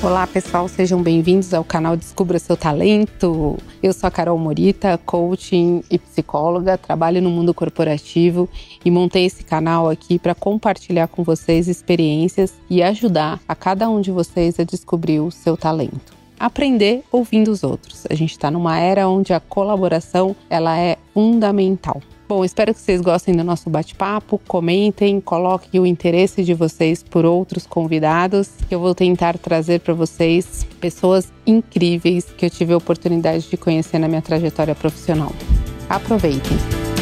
Olá pessoal, sejam bem-vindos ao canal Descubra Seu Talento. Eu sou a Carol Morita, coaching e psicóloga, trabalho no mundo corporativo e montei esse canal aqui para compartilhar com vocês experiências e ajudar a cada um de vocês a descobrir o seu talento. Aprender ouvindo os outros. A gente está numa era onde a colaboração ela é fundamental. Bom, espero que vocês gostem do nosso bate-papo, comentem, coloquem o interesse de vocês por outros convidados, que eu vou tentar trazer para vocês pessoas incríveis que eu tive a oportunidade de conhecer na minha trajetória profissional. Aproveitem!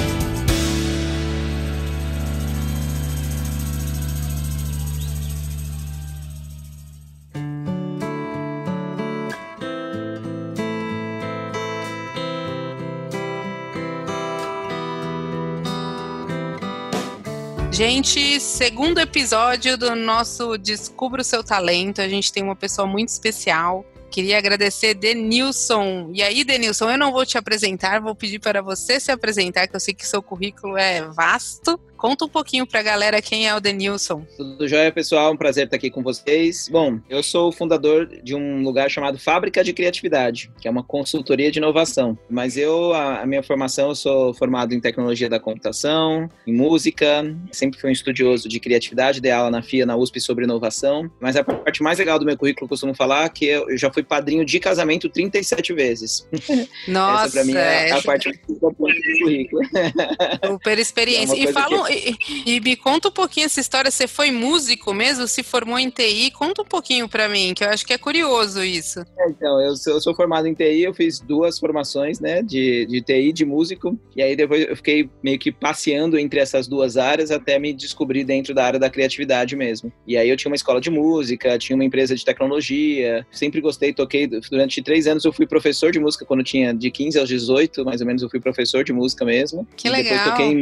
Gente, segundo episódio do nosso Descubra o Seu Talento. A gente tem uma pessoa muito especial. Queria agradecer Denilson. E aí, Denilson, eu não vou te apresentar, vou pedir para você se apresentar, que eu sei que seu currículo é vasto. Conta um pouquinho pra galera quem é o Denilson. Tudo jóia, pessoal? Um prazer estar aqui com vocês. Bom, eu sou o fundador de um lugar chamado Fábrica de Criatividade, que é uma consultoria de inovação. Mas a minha formação, eu sou formado em tecnologia da computação, em música, sempre fui um estudioso de criatividade, dei aula na FIA, na USP sobre inovação. Mas a parte mais legal do meu currículo, eu costumo falar, que eu já fui padrinho de casamento 37 vezes. Nossa! Essa pra mim é a parte mais importante do currículo. Super experiência. E me conta um pouquinho essa história, você foi músico mesmo? Se formou em TI? Conta um pouquinho pra mim, que eu acho que é curioso isso. Então, eu sou formado em TI, eu fiz 2 formações, né, de TI, de músico, e aí depois eu fiquei meio que passeando entre essas 2 áreas até me descobrir dentro da área da criatividade mesmo. E aí eu tinha uma escola de música, tinha uma empresa de tecnologia, sempre gostei, toquei, durante 3 anos eu fui professor de música, quando eu tinha de 15 aos 18, mais ou menos eu fui professor de música mesmo. Que e legal! Depois toquei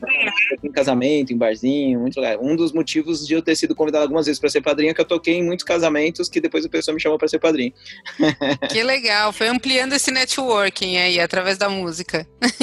em casamento, em barzinho, muito legal. Um dos motivos de eu ter sido convidado algumas vezes para ser padrinho é que eu toquei em muitos casamentos que depois a pessoa me chamou para ser padrinho. Que legal, foi ampliando esse networking aí, através da música.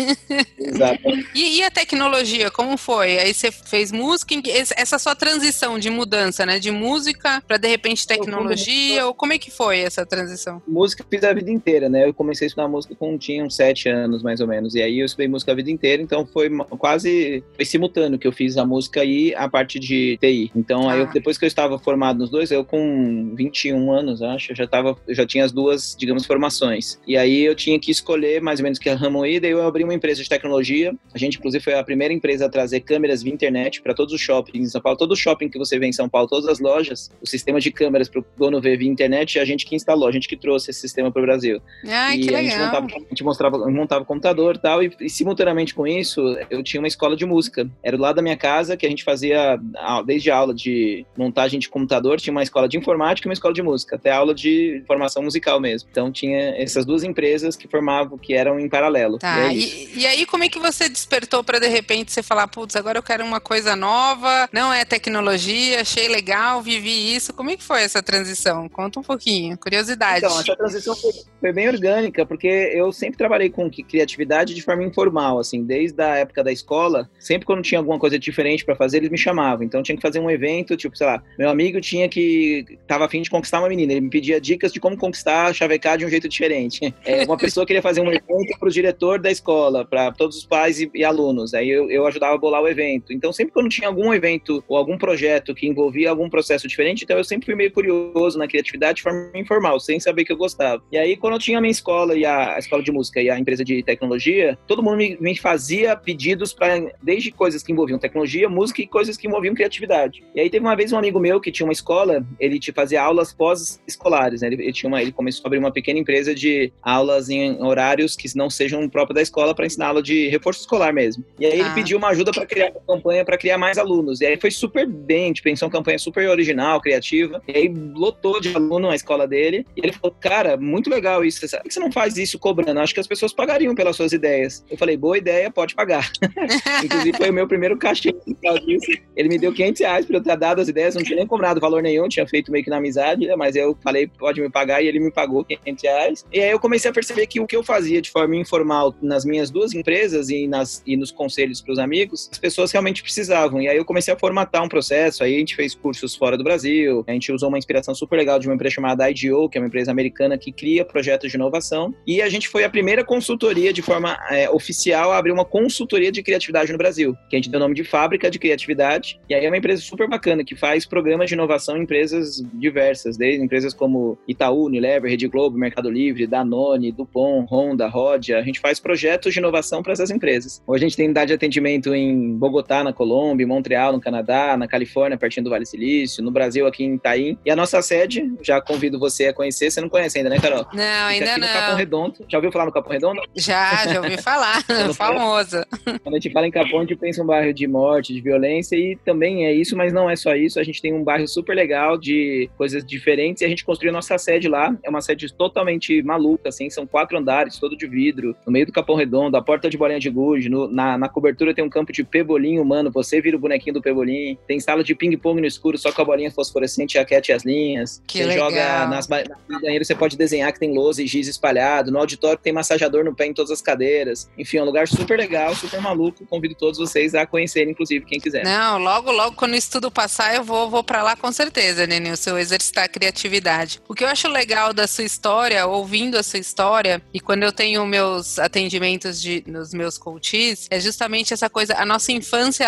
Exato. E a tecnologia, como foi? Aí você fez música, essa sua transição de mudança, né? De música para, de repente, tecnologia, ou como é que foi essa transição? Música eu fiz a vida inteira, né? Eu comecei a estudar música quando tinha uns 7 anos, mais ou menos. E aí eu estudei música a vida inteira, então foi simultâneo que eu fiz a música e a parte de TI. Então, aí depois que eu estava formado nos 2, eu com 21 anos, acho, eu já tinha as 2, digamos, formações. E aí eu tinha que escolher mais ou menos que ramo ir, daí eu abri uma empresa de tecnologia. A gente, inclusive, foi a primeira empresa a trazer câmeras via internet para todos os shoppings em São Paulo. Todo shopping que você vê em São Paulo, todas as lojas, o sistema de câmeras para o dono ver via internet, a gente que instalou, a gente que trouxe esse sistema para o Brasil. Ai, que legal! A gente montava o computador e tal, e simultaneamente com isso, eu tinha uma escola de música. Era do lado da minha casa, que a gente fazia desde a aula de montagem de computador, tinha uma escola de informática e uma escola de música, até aula de formação musical mesmo. Então tinha essas 2 empresas que formavam, que eram em paralelo. Tá, e aí como é que você despertou para de repente você falar, putz, agora eu quero uma coisa nova, não é tecnologia, achei legal, vivi isso. Como é que foi essa transição? Conta um pouquinho, curiosidade. Então, essa transição foi bem orgânica, porque eu sempre trabalhei com criatividade de forma informal, assim, desde a época da escola, sempre quando tinha alguma coisa diferente para fazer, eles me chamavam. Então tinha que fazer um evento, tipo, sei lá, meu amigo tava a fim de conquistar uma menina, ele me pedia dicas de como conquistar, chavecar de um jeito diferente. Uma pessoa queria fazer um evento para o diretor da escola, para todos os pais e alunos, aí eu ajudava a bolar o evento. Então sempre quando tinha algum evento ou algum projeto que envolvia algum processo diferente, então eu sempre fui meio curioso na criatividade de forma informal, sem saber que eu gostava. E aí quando eu tinha a minha escola e a escola de música e a empresa de tecnologia, todo mundo me fazia pedidos para, desde coisas que envolviam tecnologia, música e coisas que envolviam criatividade. E aí teve uma vez um amigo meu que tinha uma escola, ele te fazia aulas pós-escolares, né? Ele começou a abrir uma pequena empresa de aulas em horários que não sejam próprios da escola para ensinar aula de reforço escolar mesmo. E aí ele pediu uma ajuda para criar uma campanha para criar mais alunos. E aí foi super bem, tipo, pensou uma campanha super original, criativa. E aí lotou de aluno a escola dele. E ele falou, cara, muito legal isso. Por que você não faz isso cobrando? Acho que as pessoas pagariam pelas suas ideias. Eu falei, boa ideia, pode pagar. Inclusive foi o meu primeiro cachê disso. Ele me deu R$500 pra eu ter dado as ideias, não tinha nem cobrado valor nenhum, tinha feito meio que na amizade, mas eu falei, pode me pagar, e ele me pagou R$500. E aí eu comecei a perceber que o que eu fazia de forma informal nas minhas duas empresas e nos conselhos pros amigos, as pessoas realmente precisavam. E aí eu comecei a formatar um processo, aí a gente fez cursos fora do Brasil, a gente usou uma inspiração super legal de uma empresa chamada IDEO, que é uma empresa americana que cria projetos de inovação, e a gente foi a primeira consultoria de forma oficial a abrir uma consultoria de criatividade no Brasil, que a gente deu o nome de Fábrica de Criatividade, e aí é uma empresa super bacana, que faz programas de inovação em empresas diversas, desde empresas como Itaú, Unilever, Rede Globo, Mercado Livre, Danone, Dupont, Honda, Rodia. A gente faz projetos de inovação para essas empresas. Hoje a gente tem unidade de atendimento em Bogotá, na Colômbia, em Montreal, no Canadá, na Califórnia, pertinho do Vale Silício, no Brasil, aqui em Itaim. E a nossa sede, já convido você a conhecer, você não conhece ainda, né, Carol? Não, ainda aqui não. No Capão Redondo. Já ouviu falar no Capão Redondo? Já ouvi falar. Famosa. Quando a gente fala em Capão, a gente pensa em um bairro de morte, de violência, e também é isso, mas não é só isso. A gente tem um bairro super legal de coisas diferentes, e a gente construiu a nossa sede lá. É uma sede totalmente maluca, assim, são 4 andares, todo de vidro, no meio do Capão Redondo, a porta de bolinha de gude, na cobertura tem um campo de pebolim humano, você vira o bonequinho do pebolim, tem sala de ping-pong no escuro, só com a bolinha fosforescente, a raquete e as linhas. Que você legal. Joga nas banheiras, você pode desenhar que tem lousa e giz espalhado, no auditório tem massageador no pé em todas as cadeiras. Enfim, é um lugar super legal, super maluco, convido todos vocês a conhecerem, inclusive, quem quiser. Não, logo quando o estudo passar, eu vou pra lá com certeza, Denilson, eu exercitar a criatividade. O que eu acho legal da sua história, ouvindo a sua história, e quando eu tenho meus atendimentos nos meus coaches, é justamente essa coisa, a nossa infância,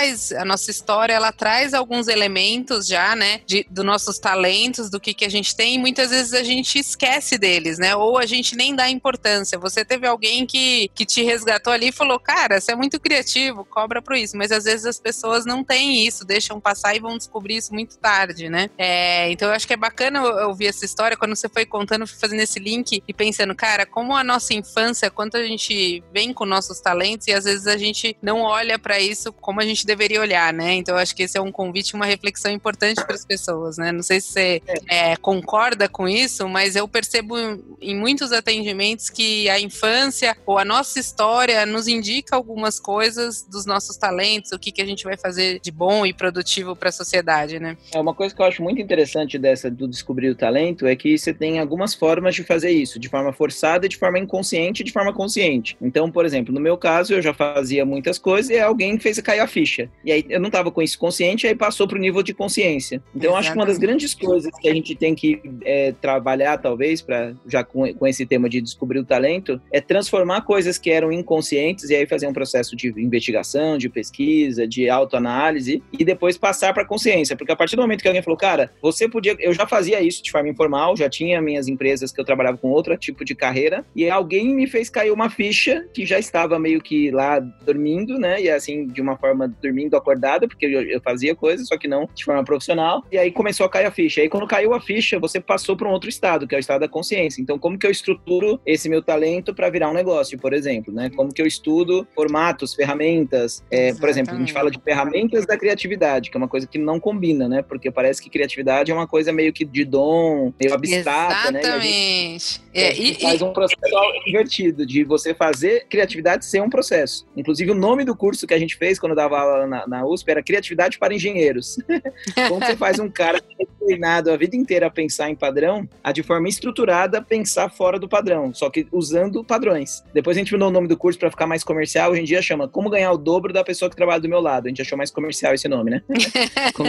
a nossa história, ela traz alguns elementos já, né, dos nossos talentos, do que a gente tem, e muitas vezes a gente esquece deles, né, ou a gente nem dá importância. Você teve alguém que te resgatou ali e falou, cara, você é muito criativo, cobra por isso, mas às vezes as pessoas não têm isso, deixam passar e vão descobrir isso muito tarde, né? Então eu acho que é bacana eu ouvir essa história, quando você foi contando, fui fazendo esse link e pensando, cara, como a nossa infância, quanto a gente vem com nossos talentos e às vezes a gente não olha pra isso como a gente deveria olhar, né? Então eu acho que esse é um convite, uma reflexão importante para as pessoas, né? Não sei se você concorda com isso, mas eu percebo em muitos atendimentos que a infância ou a nossa história nos indica algumas coisas dos nossos talentos, o que a gente vai fazer de bom e produtivo para a sociedade, né? Uma coisa que eu acho muito interessante do descobrir o talento é que você tem algumas formas de fazer isso, de forma forçada, de forma inconsciente e de forma consciente. Então, por exemplo, no meu caso, eu já fazia muitas coisas e alguém fez cair a ficha. E aí eu não estava com isso consciente, aí passou para o nível de consciência. Então, eu acho que uma das grandes coisas que a gente tem que trabalhar, talvez, já com esse tema de descobrir o talento, é transformar coisas que eram inconscientes e aí fazer um processo de investigação, de pesquisa, de autoanálise e depois passar para a consciência. Porque a partir do momento que alguém falou, cara, eu já fazia isso de forma informal, já tinha minhas empresas que eu trabalhava com outro tipo de carreira, e alguém me fez cair uma ficha que já estava meio que lá dormindo, né? E assim, de uma forma dormindo acordada, porque eu fazia coisas, só que não de forma profissional. E aí começou a cair a ficha. E aí quando caiu a ficha, você passou para um outro estado, que é o estado da consciência. Então, como que eu estruturo esse meu talento para virar um negócio, por exemplo, né? Como que eu estudo formatos, ferramentas. Por exemplo, a gente fala de ferramentas da criatividade, que é uma coisa que não combina, né? Porque parece que criatividade é uma coisa meio que de dom, meio abstrata, exatamente, né? A gente faz um processo invertido, de você fazer criatividade ser um processo. Inclusive, o nome do curso que a gente fez quando eu dava aula na USP era Criatividade para Engenheiros. Como você faz um cara treinado a vida inteira a pensar em padrão, a de forma estruturada pensar fora do padrão, só que usando padrões. Depois a gente mudou o nome do curso para ficar mais comercial, hoje em dia chama Como Ganhar o Dobro da Pessoa que Trabalha do Meu Lado. A gente achou mais comercial esse nome, né? Como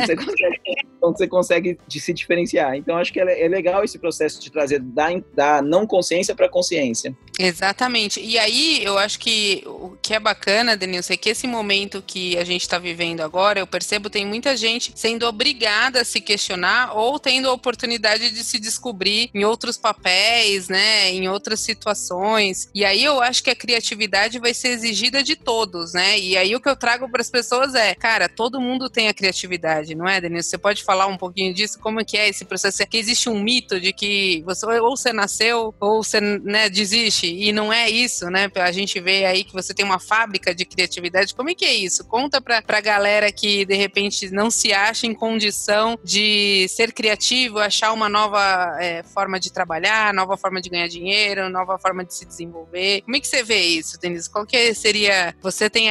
você consegue se diferenciar. Então acho que é legal esse processo de trazer da não consciência para consciência. Exatamente. E aí eu acho que o que é bacana, Denilson, é que esse momento que a gente está vivendo agora, eu percebo tem muita gente sendo obrigada a se questionar ou tendo a oportunidade de se descobrir em outros papéis, né, em outras situações. E aí eu acho que a criatividade vai ser exigida de todos, né? E aí o que eu trago para as pessoas é, cara, todo mundo tem a criatividade, não é, Denilson? Você pode falar um pouquinho disso? Como é que é esse processo? Que existe um mito de que você nasceu ou você, né, desiste, e não é isso, né? A gente vê aí que você tem uma fábrica de criatividade. Como é que é isso? Conta pra galera que de repente não se acha em condição de ser criativo, achar uma nova forma de trabalhar, nova forma de ganhar dinheiro, nova forma de se desenvolver. Como é que você vê isso, Denise? Qual que seria... Você tem aí vários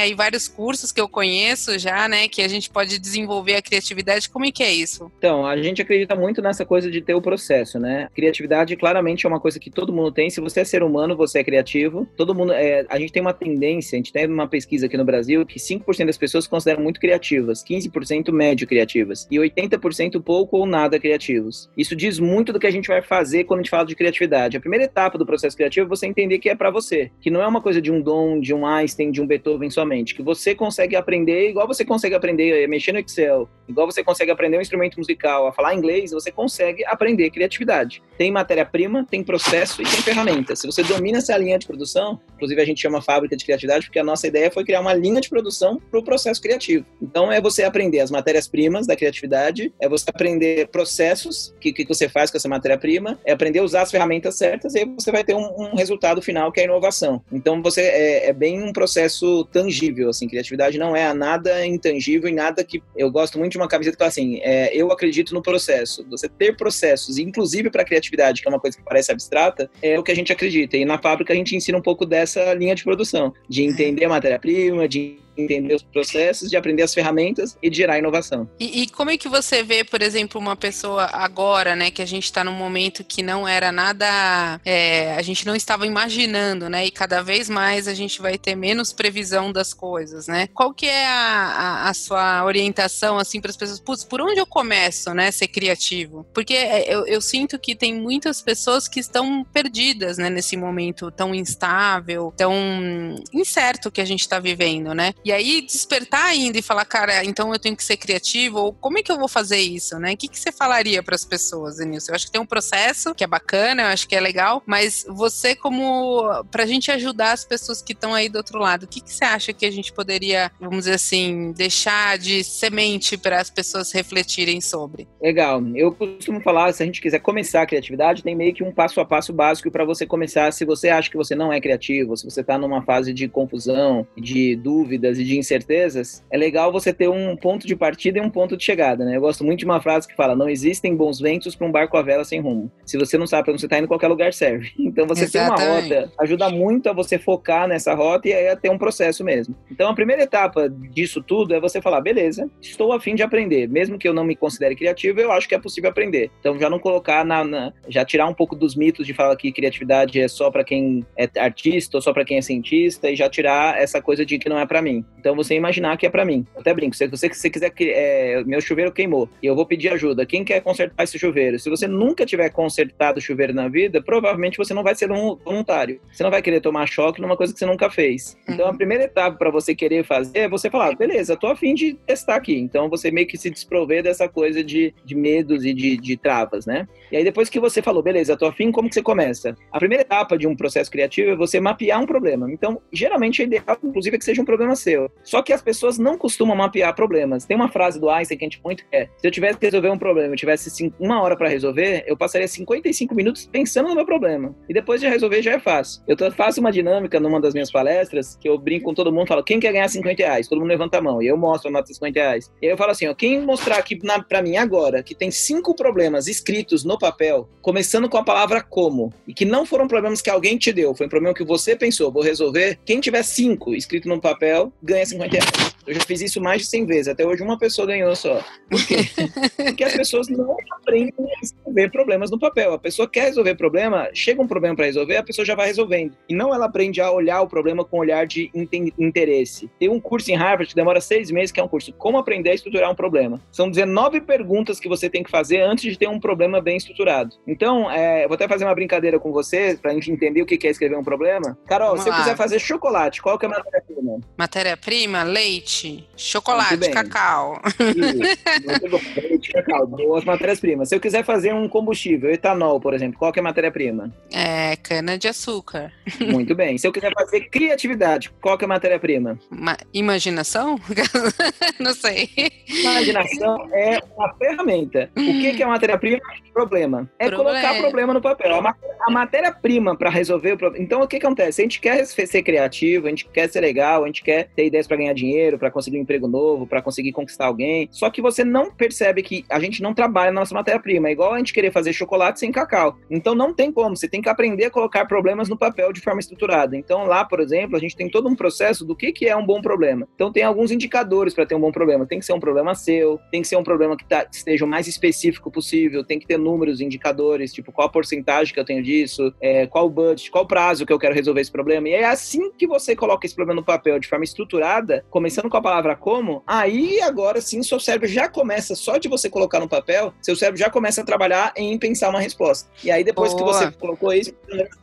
cursos que eu conheço já, né, que a gente pode desenvolver a criatividade. Como é que é isso? Então, a gente acredita muito nessa coisa de ter o processo, né? Criatividade claramente é uma coisa que todo mundo tem. Se você é ser humano, você é criativo. Todo mundo, a gente tem uma tendência, a gente tem uma pesquisa aqui no Brasil que 5% das pessoas se consideram muito criativas, 15% médio criativas e 80% pouco ou nada criativos. Isso diz muito do que a gente vai fazer quando a gente fala de criatividade. A primeira etapa do processo criativo é você entender que é para você, que não é uma coisa de um dom, de um Einstein, de um Beethoven somente, que você consegue aprender igual você consegue aprender a mexer no Excel, igual você consegue aprender um instrumento musical, a falar inglês, você consegue aprender criatividade. Tem matéria-prima, tem processo e tem ferramenta. Se você domina essa linha de produção, inclusive a gente chama fábrica de criatividade porque a nossa ideia foi criar uma linha de produção para o processo criativo. Então é você aprender as matérias-primas da criatividade, é você aprender processos que você faz com essa matéria-prima, é aprender a usar as ferramentas certas e aí você vai ter um resultado final que é a inovação. Então você é bem um processo tangível, assim, criatividade não é nada intangível e nada que... Eu gosto muito de uma camiseta que fala assim, eu acredito no processo. Você ter processos, inclusive para a criatividade, que é uma coisa que parece abstrata, é o que a gente acredita. E na fábrica a gente ensina um pouco dessa linha de produção, de entender a matéria-prima, de entender os processos, de aprender as ferramentas e de gerar inovação. E como é que você vê, por exemplo, uma pessoa agora, né, que a gente está num momento que não era nada, a gente não estava imaginando, né, e cada vez mais a gente vai ter menos previsão das coisas, né? Qual que é a sua orientação, assim, para as pessoas? Putz, por onde eu começo, né, ser criativo? Porque eu sinto que tem muitas pessoas que estão perdidas, né, nesse momento tão instável, tão incerto que a gente está vivendo, né? E aí despertar ainda e falar, cara, então eu tenho que ser criativo, ou como é que eu vou fazer isso, né? O que você falaria para as pessoas, Denilson? Eu acho que tem um processo que é bacana, eu acho que é legal, mas você pra gente ajudar as pessoas que estão aí do outro lado, o que você acha que a gente poderia, vamos dizer assim, deixar de semente para as pessoas refletirem sobre? Legal. Eu costumo falar, se a gente quiser começar a criatividade, tem meio que um passo a passo básico para você começar. Se você acha que você não é criativo, se você está numa fase de confusão, de dúvidas e de incertezas, é legal você ter um ponto de partida e um ponto de chegada, né? Eu gosto muito de uma frase que fala, não existem bons ventos para um barco à vela sem rumo. Se você não sabe para onde você está indo, qualquer lugar serve. Então você ter uma rota ajuda muito a você focar nessa rota e aí a ter um processo mesmo. Então a primeira etapa disso tudo é você falar, beleza, estou a fim de aprender. Mesmo que eu não me considere criativo, eu acho que é possível aprender. Então já não colocar já tirar um pouco dos mitos de falar que criatividade é só para quem é artista ou só para quem é cientista e já tirar essa coisa de que não é para mim. Então você imaginar que é pra mim. Eu até brinco, se você quiser, meu chuveiro queimou e eu vou pedir ajuda, quem quer consertar esse chuveiro? Se você nunca tiver consertado o chuveiro na vida, provavelmente você não vai ser um voluntário. Você não vai querer tomar choque numa coisa que você nunca fez. Então a primeira etapa pra você querer fazer é você falar, beleza, tô a fim de testar aqui. Então você meio que se desprover dessa coisa de medos e de travas, né? E aí depois que você falou, beleza, tô a fim, como que você começa? A primeira etapa de um processo criativo é você mapear um problema. Então, geralmente é ideal, inclusive, que seja um problema seu. Só que as pessoas não costumam mapear problemas. Tem uma frase do Einstein que a gente muito quer. Se eu tivesse que resolver um problema, eu tivesse 1 hora para resolver, eu passaria 55 minutos pensando no meu problema. E depois de resolver já é fácil. Eu faço uma dinâmica numa das minhas palestras, que eu brinco com todo mundo, falo, quem quer ganhar R$50? Todo mundo levanta a mão. E eu mostro a nota de R$50. E aí eu falo assim, ó, quem mostrar aqui pra mim agora, que tem 5 problemas escritos no papel, começando com a palavra como, e que não foram problemas que alguém te deu, foi um problema que você pensou, vou resolver, quem tiver 5 escrito no papel, ganha R$50. Eu já fiz isso mais de 100 vezes, até hoje uma pessoa ganhou só. Por quê? Porque as pessoas não aprendem a resolver problemas no papel. A pessoa quer resolver problema, chega um problema para resolver, a pessoa já vai resolvendo. E não ela aprende a olhar o problema com um olhar de interesse. Tem um curso em Harvard que demora 6 meses, que é um curso Como Aprender a Estruturar um Problema. São 19 perguntas que você tem que fazer antes de ter um problema bem estruturado. Então, eu vou até fazer uma brincadeira com você, pra gente entender o que é escrever um problema. Carol, se eu quiser fazer chocolate, qual que é a matéria-prima? Matéria-prima, leite, chocolate, cacau. Isso, muito bom. Leite, cacau, boas matérias-primas. Se eu quiser fazer um combustível, etanol, por exemplo, qual que é a matéria-prima? Cana-de-açúcar. Muito bem. Se eu quiser fazer criatividade, qual que é a matéria-prima? Imaginação? Não sei. Imaginação é uma ferramenta. O que é a matéria-prima? Problema. É colocar problema no papel. A a matéria-prima para resolver o problema. Então, o que acontece? A gente quer ser criativo, a gente quer ser legal, a gente quer ter ideias para ganhar dinheiro, para conseguir um emprego novo, para conseguir conquistar alguém. Só que você não percebe que a gente não trabalha na nossa matéria-prima. É igual a gente querer fazer chocolate sem cacau. Então, não tem como. Você tem que aprender a colocar problemas no papel de forma estruturada. Então, lá, por exemplo, a gente tem todo um processo do que é um bom problema. Então, tem alguns indicadores para ter um bom problema. Tem que ser um problema seu, tem que ser um problema que esteja o mais específico possível, tem que ter números, indicadores, tipo, qual a porcentagem que eu tenho disso, qual o budget, qual o prazo que eu quero resolver esse problema. E é assim que você coloca esse problema no papel de forma estruturada, começando com a palavra como, aí agora sim seu cérebro já começa, só de você colocar no papel, seu cérebro já começa a trabalhar em pensar uma resposta. E aí depois que você colocou isso,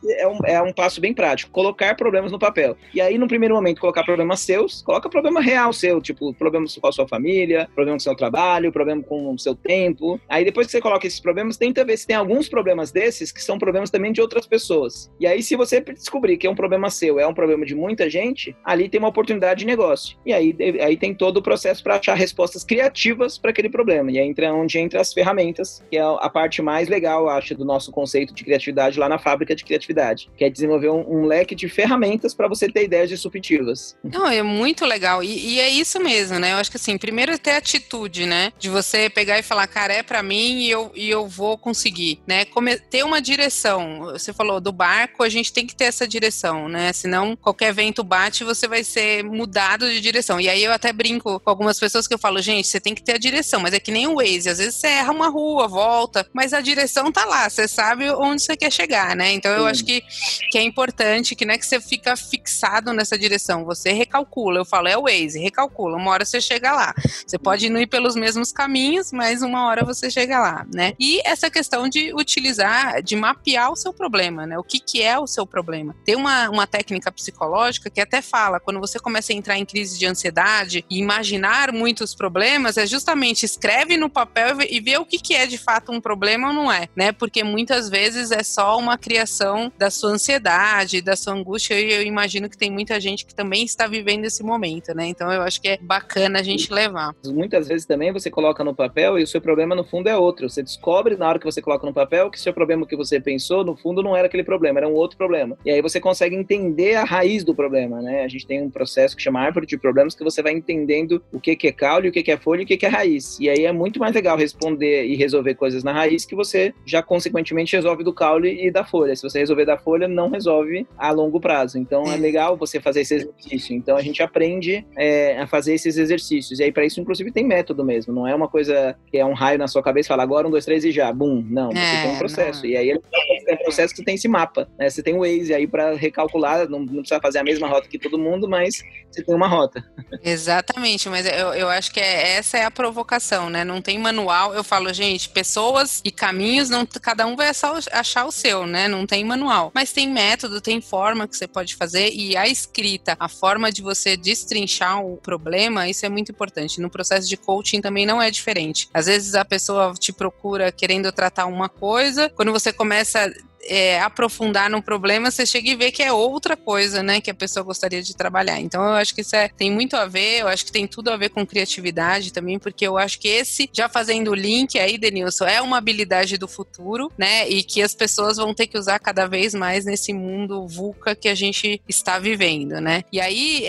é um passo bem prático, colocar problemas no papel. E aí no primeiro momento colocar problemas seus, coloca problema real seu, tipo problemas com a sua família, problema com o seu trabalho, problema com o seu tempo. Aí depois que você coloca esses problemas, tenta ver se tem alguns problemas desses que são problemas também de outras pessoas. E aí se você descobrir que é um problema seu, é um problema de muita gente, ali tem uma oportunidade de negócio. E aí tem todo o processo para achar respostas criativas para aquele problema. E aí onde entra as ferramentas, que é a parte mais legal, eu acho, do nosso conceito de criatividade lá na fábrica de criatividade, que é desenvolver um leque de ferramentas para você ter ideias disruptivas. Não, é muito legal. E é isso mesmo, né? Eu acho que assim, primeiro ter atitude, né? De você pegar e falar, cara, é pra mim e eu vou conseguir, né? Ter uma direção. Você falou do barco, a gente tem que ter essa direção, né? Senão qualquer vento bate, você vai ser mudado de direção. E aí eu até brinco com algumas pessoas que eu falo, gente, você tem que ter a direção, mas é que nem o Waze. Às vezes você erra uma rua, volta, mas a direção tá lá, você sabe onde você quer chegar, né? Então eu acho que é importante, que não é que você fica fixado nessa direção, você recalcula. Eu falo, é o Waze, recalcula, uma hora você chega lá. Você pode não ir pelos mesmos caminhos, mas uma hora você chega lá, né? E essa questão de utilizar, de mapear o seu problema, né? O que é o seu problema? Tem uma técnica psicológica que até fala, quando você começa a entrar em crise de ansiedade e imaginar muitos problemas, é justamente escreve no papel e vê o que é de fato um problema ou não é, né? Porque muitas vezes é só uma criação da sua ansiedade, da sua angústia, e eu imagino que tem muita gente que também está vivendo esse momento, né? Então eu acho que é bacana a gente levar. Muitas vezes também você coloca no papel e o seu problema no fundo é outro. Você descobre na hora que você coloca no papel que o seu problema que você pensou, no fundo não era aquele problema, era um outro problema. E aí você consegue entender a raiz do problema, né? A gente tem um processo que chama árvore de problemas, que você vai entendendo o que é caule, o que é folha e o que é raiz. E aí é muito mais legal responder e resolver coisas na raiz que você já consequentemente resolve do caule e da folha. Se você resolver da folha, não resolve a longo prazo. Então é legal você fazer esse exercício. Então a gente aprende a fazer esses exercícios. E aí para isso, inclusive, tem método mesmo. Não é uma coisa que é um raio na sua cabeça e fala agora 1, 2, 3 e já, bum. Não, você tem um processo. Não. E aí é um processo que você tem esse mapa, né? Você tem o Waze aí para recalcular, não precisa fazer a mesma rota que todo mundo, mas você tem uma rota. Exatamente, mas eu acho que essa é a provocação, né? Não tem manual. Eu falo, gente, pessoas e caminhos, cada um vai achar o seu, né? Não tem manual. Mas tem método, tem forma que você pode fazer, e a escrita, a forma de você destrinchar o problema, isso é muito importante. No processo de coaching também não é diferente. Às vezes a pessoa te procura querendo tratar uma coisa, quando você começa aprofundar no problema, você chega e vê que é outra coisa, né, que a pessoa gostaria de trabalhar. Então eu acho que isso tem muito a ver, eu acho que tem tudo a ver com criatividade também, porque eu acho que já fazendo o link aí, Denilson, é uma habilidade do futuro, né, e que as pessoas vão ter que usar cada vez mais nesse mundo VUCA que a gente está vivendo, né. E aí,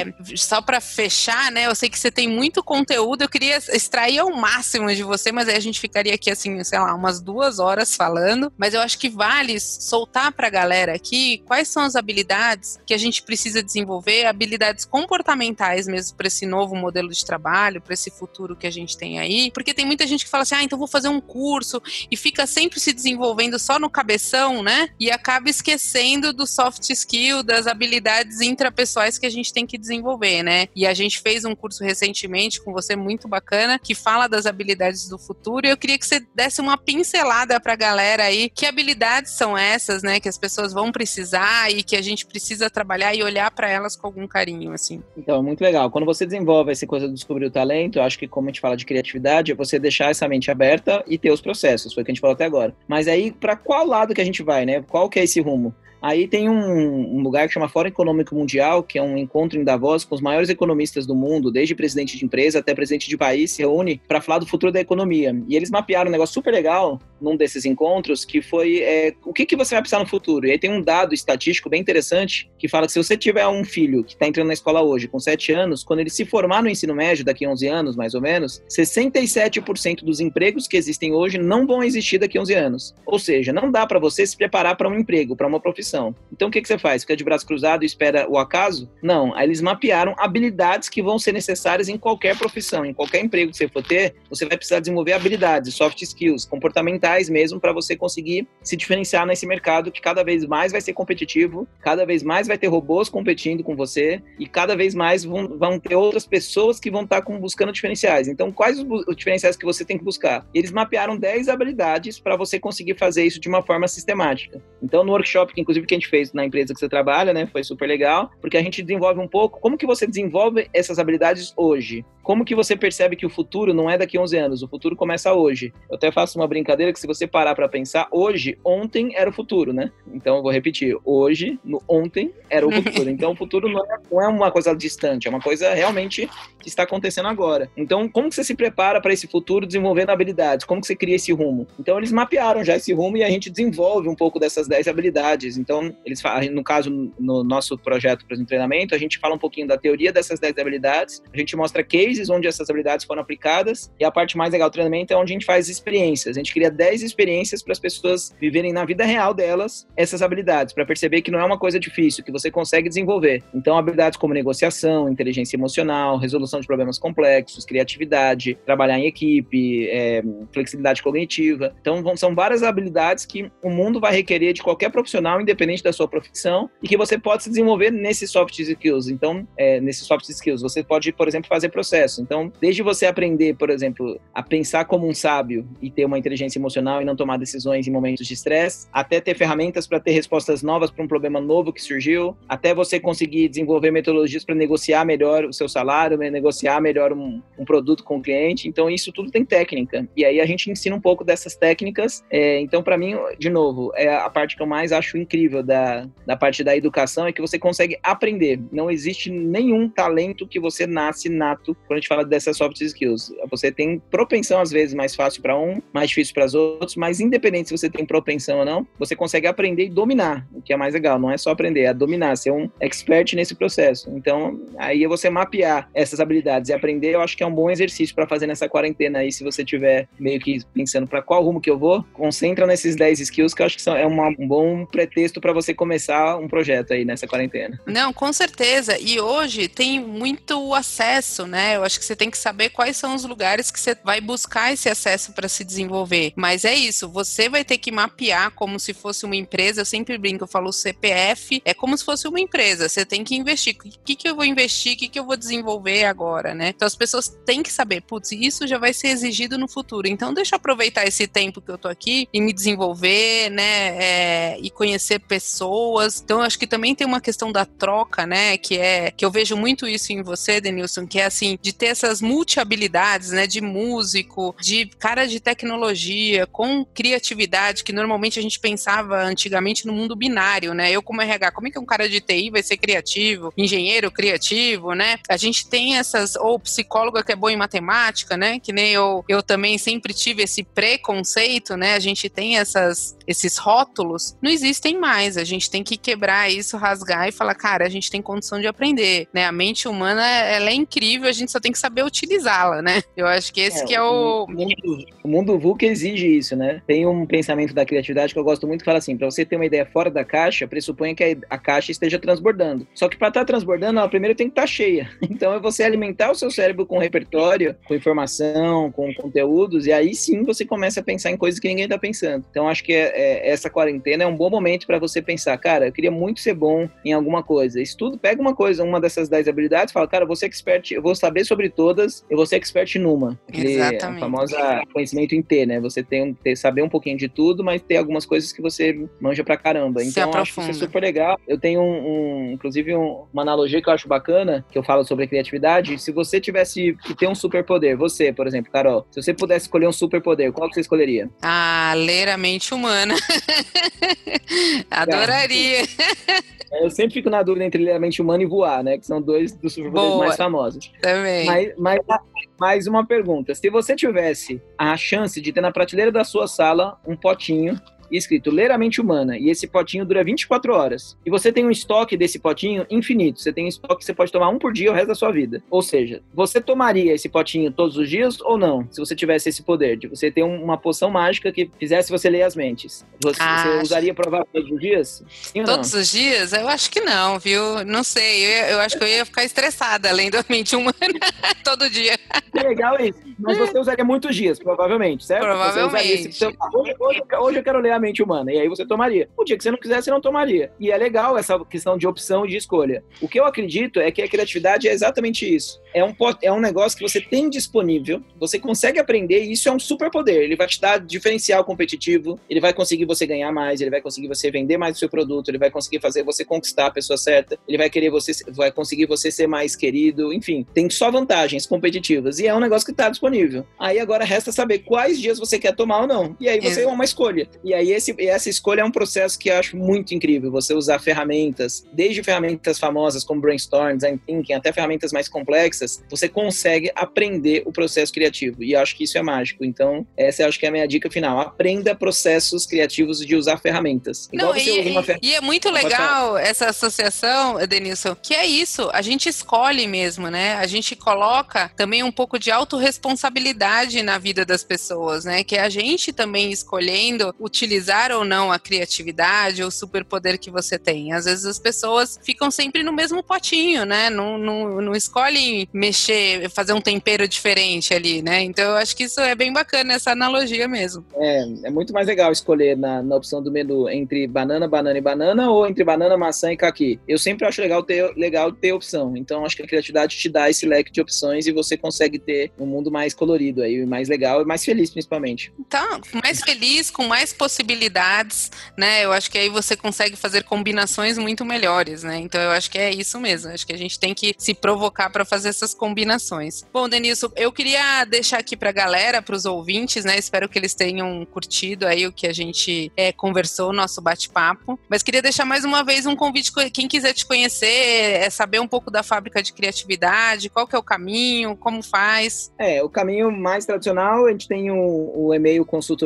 só para fechar, né, eu sei que você tem muito conteúdo, eu queria extrair ao máximo de você, mas aí a gente ficaria aqui, assim, sei lá, umas 2 horas falando, mas eu acho que vale soltar para a galera aqui quais são as habilidades que a gente precisa desenvolver, habilidades comportamentais mesmo para esse novo modelo de trabalho, para esse futuro que a gente tem aí, porque tem muita gente que fala assim, então vou fazer um curso e fica sempre se desenvolvendo só no cabeção, né, e acaba esquecendo do soft skill, das habilidades intrapessoais que a gente tem que desenvolver, né, e a gente fez um curso recentemente com você muito bacana, que fala das habilidades do futuro, e eu queria que você desse uma pincelada para a galera aí, que habilidades são essas, né, que as pessoas vão precisar e que a gente precisa trabalhar e olhar para elas com algum carinho, assim. Então, muito legal. Quando você desenvolve essa coisa de descobrir o talento, eu acho que como a gente fala de criatividade, é você deixar essa mente aberta e ter os processos, foi o que a gente falou até agora. Mas aí, para qual lado que a gente vai, né? Qual que é esse rumo? Aí tem um lugar que chama Fórum Econômico Mundial, que é um encontro em Davos com os maiores economistas do mundo, desde presidente de empresa até presidente de país, se reúne para falar do futuro da economia. E eles mapearam um negócio super legal, num desses encontros, que foi o que você vai precisar no futuro. E aí tem um dado estatístico bem interessante que fala que se você tiver um filho que está entrando na escola hoje com 7 anos, quando ele se formar no ensino médio, daqui a 11 anos, mais ou menos, 67% dos empregos que existem hoje não vão existir daqui a 11 anos. Ou seja, não dá para você se preparar para um emprego, para uma profissão. Então o que você faz? Fica de braço cruzado e espera o acaso? Não. Aí eles mapearam habilidades que vão ser necessárias em qualquer profissão, em qualquer emprego que você for ter, você vai precisar desenvolver habilidades, soft skills, comportamentais mesmo, para você conseguir se diferenciar nesse mercado que cada vez mais vai ser competitivo, cada vez mais vai ter robôs competindo com você e cada vez mais vão ter outras pessoas que vão estar buscando diferenciais. Então, quais os diferenciais que você tem que buscar? Eles mapearam 10 habilidades para você conseguir fazer isso de uma forma sistemática. Então, no workshop, que inclusive que a gente fez na empresa que você trabalha, né, foi super legal, porque a gente desenvolve um pouco como que você desenvolve essas habilidades hoje. Como que você percebe que o futuro não é daqui a 11 anos, o futuro começa hoje. Eu até faço uma brincadeira que se você parar para pensar, hoje, ontem era o futuro, né? Então eu vou repetir, hoje, ontem era o futuro. Então o futuro não é uma coisa distante, é uma coisa realmente que está acontecendo agora. Então como que você se prepara para esse futuro desenvolvendo habilidades? Como que você cria esse rumo? Então eles mapearam já esse rumo e a gente desenvolve um pouco dessas 10 habilidades. Então eles no caso, no nosso projeto, por exemplo, de treinamento, a gente fala um pouquinho da teoria dessas 10 habilidades, a gente mostra cases onde essas habilidades foram aplicadas e a parte mais legal do treinamento é onde a gente faz experiências. A gente cria 10 experiências para as pessoas viverem na vida real delas essas habilidades, para perceber que não é uma coisa difícil, que você consegue desenvolver. Então, habilidades como negociação, inteligência emocional, resolução de problemas complexos, criatividade, trabalhar em equipe, flexibilidade cognitiva. Então, são várias habilidades que o mundo vai requerer de qualquer profissional, independente da sua profissão, e que você pode se desenvolver nesses soft skills. Então, nesses soft skills, você pode, por exemplo, fazer processos. Então, desde você aprender, por exemplo, a pensar como um sábio e ter uma inteligência emocional e não tomar decisões em momentos de estresse, até ter ferramentas para ter respostas novas para um problema novo que surgiu, até você conseguir desenvolver metodologias para negociar melhor o seu salário, negociar melhor um produto com o cliente. Então, isso tudo tem técnica. E aí a gente ensina um pouco dessas técnicas. Então, para mim, de novo, é a parte que eu mais acho incrível da parte da educação, é que você consegue aprender. Não existe nenhum talento que você nasce nato quando a gente fala dessas soft skills. Você tem propensão, às vezes, mais fácil para um, mais difícil para os outros, mas independente se você tem propensão ou não, você consegue aprender e dominar, o que é mais legal. Não é só aprender, é dominar, ser um expert nesse processo. Então, aí é você mapear essas habilidades e aprender, eu acho que é um bom exercício para fazer nessa quarentena aí, se você tiver meio que pensando para qual rumo que eu vou, concentra nesses 10 skills, que eu acho que é um bom pretexto para você começar um projeto aí nessa quarentena. Não, com certeza. E hoje tem muito acesso, né? Eu acho que você tem que saber quais são os lugares que você vai buscar esse acesso para se desenvolver. Mas é isso, você vai ter que mapear como se fosse uma empresa. Eu sempre brinco, eu falo, o CPF é como se fosse uma empresa. Você tem que investir. O que eu vou investir? O que eu vou desenvolver agora, né? Então as pessoas têm que saber, putz, isso já vai ser exigido no futuro. Então deixa eu aproveitar esse tempo que eu tô aqui e me desenvolver, né? E conhecer pessoas. Então eu acho que também tem uma questão da troca, né? Que eu vejo muito isso em você, Denilson, que é assim, de ter essas multi-habilidades, né? De músico, de cara de tecnologia, com criatividade, que normalmente a gente pensava antigamente no mundo binário, né? Eu como RH, como é que um cara de TI vai ser criativo? Engenheiro criativo, né? A gente tem ou psicóloga que é boa em matemática, né? Que nem eu também sempre tive esse preconceito, né? A gente tem esses rótulos, não existem mais. A gente tem que quebrar isso, rasgar e falar, cara, a gente tem condição de aprender, né? A mente humana, ela é incrível, a gente só tem que saber utilizá-la, né? Eu acho que esse que é o mundo VUCA exige isso, né? Tem um pensamento da criatividade que eu gosto muito, que fala assim, para você ter uma ideia fora da caixa, pressuponha que a caixa esteja transbordando. Só que para estar transbordando, ela primeiro tem que estar cheia. Então é você alimentar o seu cérebro com repertório, com informação, com conteúdos, e aí sim você começa a pensar em coisas que ninguém está pensando. Então acho que essa quarentena é um bom momento para você pensar, cara, eu queria muito ser bom em alguma coisa. Estudo, pega uma dessas 10 habilidades, fala, cara, eu vou ser expert, eu vou saber sobre todas, eu vou ser expert numa. Exatamente. A famosa conhecimento em T, né? Você saber um pouquinho de tudo, mas ter algumas coisas que você manja pra caramba. Então, acho que isso é super legal. Eu tenho inclusive uma analogia que eu acho bacana, que eu falo sobre a criatividade. Se você tivesse que ter um superpoder, você, por exemplo, Carol, se você pudesse escolher um superpoder, qual que você escolheria? Ler a mente humana. Adoraria. Eu sempre fico na dúvida entre ler a mente humana e voar, né? Que são dois dos superpoderes mais famosos. Também. Sei. Mais uma pergunta. Se você tivesse a chance de ter na prateleira da sua sala um potinho escrito ler a mente humana, e esse potinho dura 24 horas, e você tem um estoque desse potinho infinito, você tem um estoque que você pode tomar um por dia o resto da sua vida, ou seja, você tomaria esse potinho todos os dias ou não, se você tivesse esse poder de você ter uma poção mágica que fizesse você ler as mentes, você usaria provar todos os dias? Sim ou todos não? Os dias? Eu acho que não, viu? Não sei, eu acho que eu ia ficar estressada lendo a mente humana todo dia. Que legal isso, mas você usaria muitos dias, provavelmente, certo? Provavelmente. Hoje eu quero ler a mente humana, e aí você tomaria. O dia que você não quisesse, você não tomaria. E é legal essa questão de opção e de escolha. O que eu acredito é que a criatividade é exatamente isso. É um negócio que você tem disponível, você consegue aprender, e isso é um superpoder. Ele vai te dar diferencial competitivo, ele vai conseguir você ganhar mais, ele vai conseguir você vender mais o seu produto, ele vai conseguir fazer você conquistar a pessoa certa, ele vai conseguir você ser mais querido, enfim, tem só vantagens competitivas, e é um negócio que está disponível. Aí agora resta saber quais dias você quer tomar ou não, e aí você é uma escolha. E aí essa escolha é um processo que eu acho muito incrível, você usar ferramentas, desde ferramentas famosas como Brainstorm, Design Thinking, até ferramentas mais complexas, você consegue aprender o processo criativo, e eu acho que isso é mágico. Então, essa eu acho que é a minha dica final, aprenda processos criativos de usar ferramentas. E é muito legal essa associação, Denilson, que é isso, a gente escolhe mesmo, né? A gente coloca também um pouco de autorresponsabilidade na vida das pessoas, né? Que é a gente também escolhendo utilizar ou não a criatividade ou o superpoder que você tem. Às vezes as pessoas ficam sempre no mesmo potinho, né? Não escolhem mexer, fazer um tempero diferente ali, né? Então eu acho que isso é bem bacana, essa analogia mesmo. É muito mais legal escolher na opção do menu entre banana, banana e banana, ou entre banana, maçã e caqui. Eu sempre acho legal ter opção. Então acho que a criatividade te dá esse leque de opções e você consegue ter um mundo mais colorido aí, mais legal e mais feliz, principalmente. Então, mais feliz, com mais possibilidades, né? Eu acho que aí você consegue fazer combinações muito melhores, né? Então eu acho que é isso mesmo. Acho que a gente tem que se provocar para fazer essas combinações. Bom, Denilson, eu queria deixar aqui para a galera, para os ouvintes, né? Espero que eles tenham curtido aí o que a gente conversou, o nosso bate-papo. Mas queria deixar mais uma vez um convite, quem quiser te conhecer, saber um pouco da Fábrica de Criatividade, qual que é o caminho, como faz? O caminho mais tradicional, a gente tem o e-mail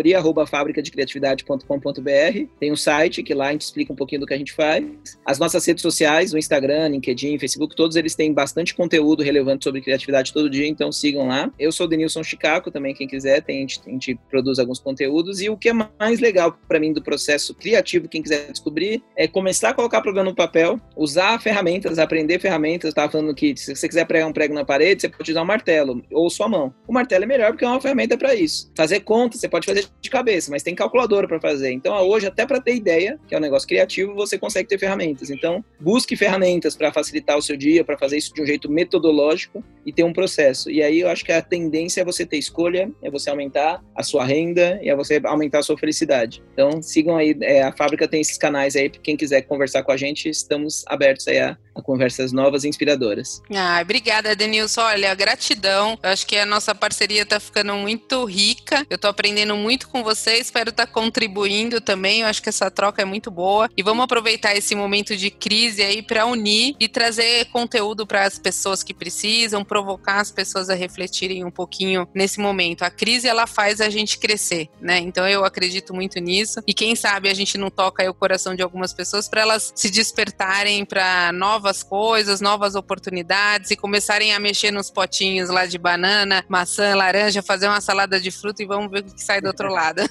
consultoria@fabricadecriatividade.com.br, tem o site, que lá a gente explica um pouquinho do que a gente faz. As nossas redes sociais, o Instagram, LinkedIn, Facebook, todos eles têm bastante conteúdo relevante sobre criatividade todo dia, então sigam lá. Eu sou o Denilson Chicaco, também quem quiser, a gente produz alguns conteúdos, e o que é mais legal para mim do processo criativo, quem quiser descobrir, é começar a colocar programa no papel, usar ferramentas, aprender ferramentas. Eu estava falando que se você quiser pregar um prego na parede, você pode usar um martelo ou sua mão. O martelo é melhor porque é uma ferramenta para isso. Fazer conta, você pode fazer de cabeça, mas tem calculadora para fazer. Então hoje, até para ter ideia, que é um negócio criativo, você consegue ter ferramentas. Então busque ferramentas para facilitar o seu dia, para fazer isso de um jeito metodológico e ter um processo. E aí eu acho que a tendência é você ter escolha, é você aumentar a sua renda e é você aumentar a sua felicidade. Então sigam aí, a Fábrica tem esses canais aí, quem quiser conversar com a gente, estamos abertos aí a conversas novas e inspiradoras. Obrigada, Denilson. Olha, gratidão. Eu acho que a nossa parceria tá ficando muito rica. Eu tô aprendendo muito com você, espero estar contribuindo também. Eu acho que essa troca é muito boa. E vamos aproveitar esse momento de crise aí para unir e trazer conteúdo para as pessoas que precisam, provocar as pessoas a refletirem um pouquinho nesse momento. A crise, ela faz a gente crescer, né? Então eu acredito muito nisso. E quem sabe a gente não toca aí o coração de algumas pessoas para elas se despertarem para novas coisas, novas oportunidades e começarem a mexer nos potinhos lá de banana, maçã, laranja, fazer uma salada de fruta e vamos ver o que sai do outro lado.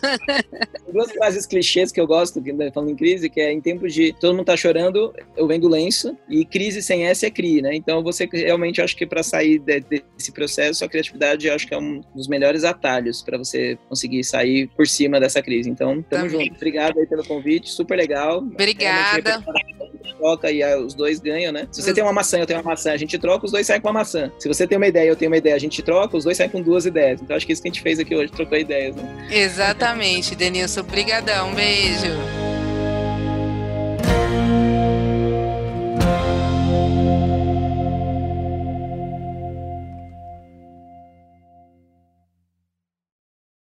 Duas frases clichês que eu gosto, falando em crise, que é: em tempos de todo mundo tá chorando, eu vendo lenço, e crise sem S é CRI, né? Então você realmente, acho que para sair desse processo, a criatividade, eu acho que é um dos melhores atalhos para você conseguir sair por cima dessa crise. Então, tamo junto. Obrigado aí pelo convite, super legal. Obrigada. Troca e os dois ganham, né? Se você tem uma maçã, eu tenho uma maçã, a gente troca, os dois saem com a maçã. Se você tem uma ideia, eu tenho uma ideia, a gente troca, os dois saem com duas ideias. Então acho que é isso que a gente fez aqui hoje, trocou ideias, né? Exatamente, Denilson. Brigadão, beijo.